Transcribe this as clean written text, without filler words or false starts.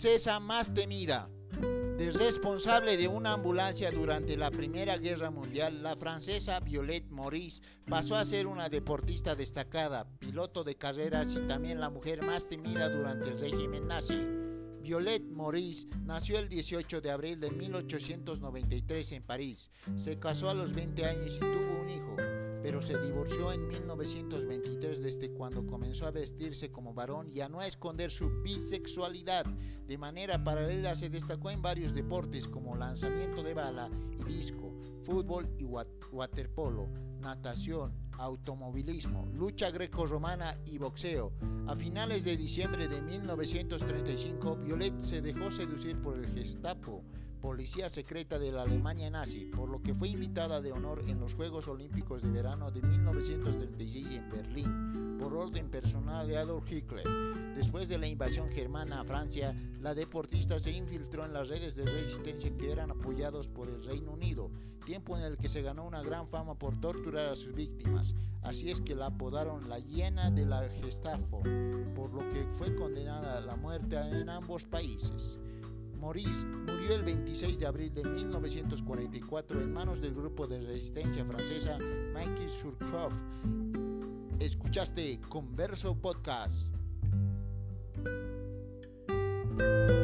francesa más temida. De responsable de una ambulancia durante la Primera Guerra Mundial, la francesa Violette Maurice pasó a ser una deportista destacada, piloto de carreras y también la mujer más temida durante el régimen nazi. Violette Maurice nació el 18 de abril de 1893 en París. Se casó a los 20 años y tuvo un hijo, pero se divorció en 1923, desde cuando comenzó a vestirse como varón y a no esconder su bisexualidad. De manera paralela se destacó en varios deportes como lanzamiento de bala y disco, fútbol y waterpolo, natación, automovilismo, lucha grecorromana y boxeo. A finales de diciembre de 1935, Violette se dejó seducir por el Gestapo, policía secreta de la Alemania nazi, por lo que fue invitada de honor en los Juegos Olímpicos de Verano de 1936 en Berlín, por orden personal de Adolf Hitler. Después de la invasión germana a Francia, la deportista se infiltró en las redes de resistencia que eran apoyados por el Reino Unido, tiempo en el que se ganó una gran fama por torturar a sus víctimas. Así es que la apodaron la hiena de la Gestapo, por lo que fue condenada a la muerte en ambos países. Maurice murió el 26 de abril de 1944 en manos del grupo de resistencia francesa Maquis-sur-Croix. Escuchaste Converso Podcast.